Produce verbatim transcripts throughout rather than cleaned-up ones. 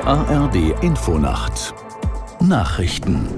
A R D Infonacht Nachrichten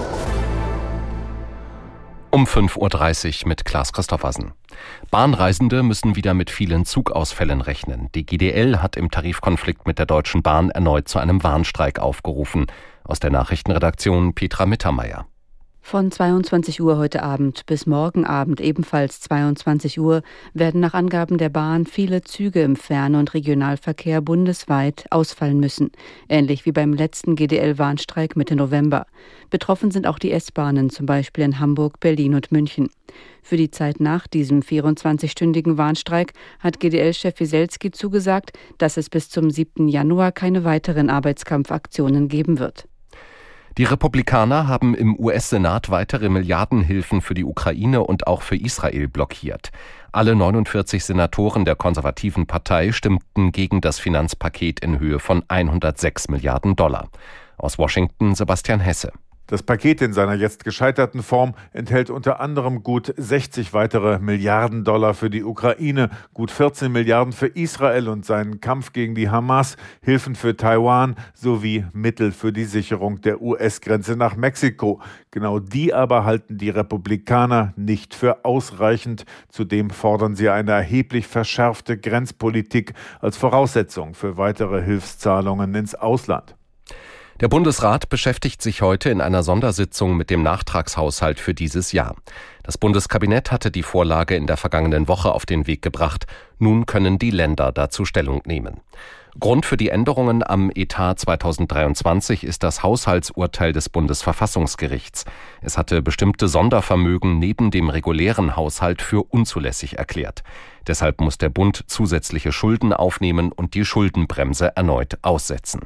um fünf Uhr dreißig mit Klaas Christoffersen. Bahnreisende müssen wieder mit vielen Zugausfällen rechnen. Die G D L hat im Tarifkonflikt mit der Deutschen Bahn erneut zu einem Warnstreik aufgerufen. Aus der Nachrichtenredaktion Petra Mittermeier. Von zweiundzwanzig Uhr heute Abend bis morgen Abend ebenfalls zweiundzwanzig Uhr werden nach Angaben der Bahn viele Züge im Fern- und Regionalverkehr bundesweit ausfallen müssen. Ähnlich wie beim letzten G D L-Warnstreik Mitte November. Betroffen sind auch die S-Bahnen, zum Beispiel in Hamburg, Berlin und München. Für die Zeit nach diesem vierundzwanzigstündigen Warnstreik hat G D L-Chef Wieselski zugesagt, dass es bis zum siebten Januar keine weiteren Arbeitskampfaktionen geben wird. Die Republikaner haben im U S-Senat weitere Milliardenhilfen für die Ukraine und auch für Israel blockiert. Alle neunundvierzig Senatoren der konservativen Partei stimmten gegen das Finanzpaket in Höhe von hundertsechs Milliarden Dollar. Aus Washington Sebastian Hesse. Das Paket in seiner jetzt gescheiterten Form enthält unter anderem gut sechzig weitere Milliarden Dollar für die Ukraine, gut vierzehn Milliarden für Israel und seinen Kampf gegen die Hamas, Hilfen für Taiwan sowie Mittel für die Sicherung der U S-Grenze nach Mexiko. Genau die aber halten die Republikaner nicht für ausreichend. Zudem fordern sie eine erheblich verschärfte Grenzpolitik als Voraussetzung für weitere Hilfszahlungen ins Ausland. Der Bundesrat beschäftigt sich heute in einer Sondersitzung mit dem Nachtragshaushalt für dieses Jahr. Das Bundeskabinett hatte die Vorlage in der vergangenen Woche auf den Weg gebracht. Nun können die Länder dazu Stellung nehmen. Grund für die Änderungen am Etat zweitausenddreiundzwanzig ist das Haushaltsurteil des Bundesverfassungsgerichts. Es hatte bestimmte Sondervermögen neben dem regulären Haushalt für unzulässig erklärt. Deshalb muss der Bund zusätzliche Schulden aufnehmen und die Schuldenbremse erneut aussetzen.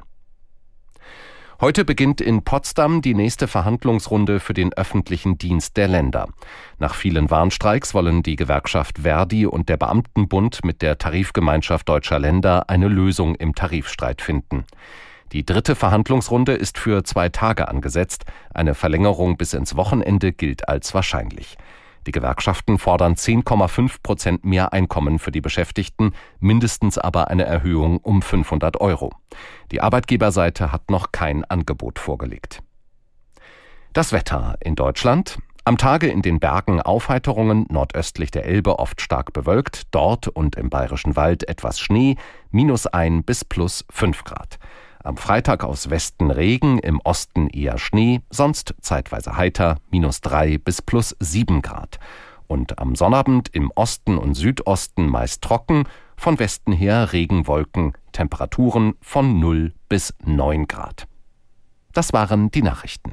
Heute beginnt in Potsdam die nächste Verhandlungsrunde für den öffentlichen Dienst der Länder. Nach vielen Warnstreiks wollen die Gewerkschaft Verdi und der Beamtenbund mit der Tarifgemeinschaft Deutscher Länder eine Lösung im Tarifstreit finden. Die dritte Verhandlungsrunde ist für zwei Tage angesetzt. Eine Verlängerung bis ins Wochenende gilt als wahrscheinlich. Die Gewerkschaften fordern zehn Komma fünf Prozent mehr Einkommen für die Beschäftigten, mindestens aber eine Erhöhung um fünfhundert Euro. Die Arbeitgeberseite hat noch kein Angebot vorgelegt. Das Wetter in Deutschland. Am Tage in den Bergen Aufheiterungen, nordöstlich der Elbe oft stark bewölkt, dort und im Bayerischen Wald etwas Schnee, minus ein bis plus fünf Grad. Am Freitag aus Westen Regen, im Osten eher Schnee, sonst zeitweise heiter, minus drei bis plus sieben Grad. Und am Sonnabend im Osten und Südosten meist trocken, von Westen her Regenwolken, Temperaturen von null bis neun Grad. Das waren die Nachrichten.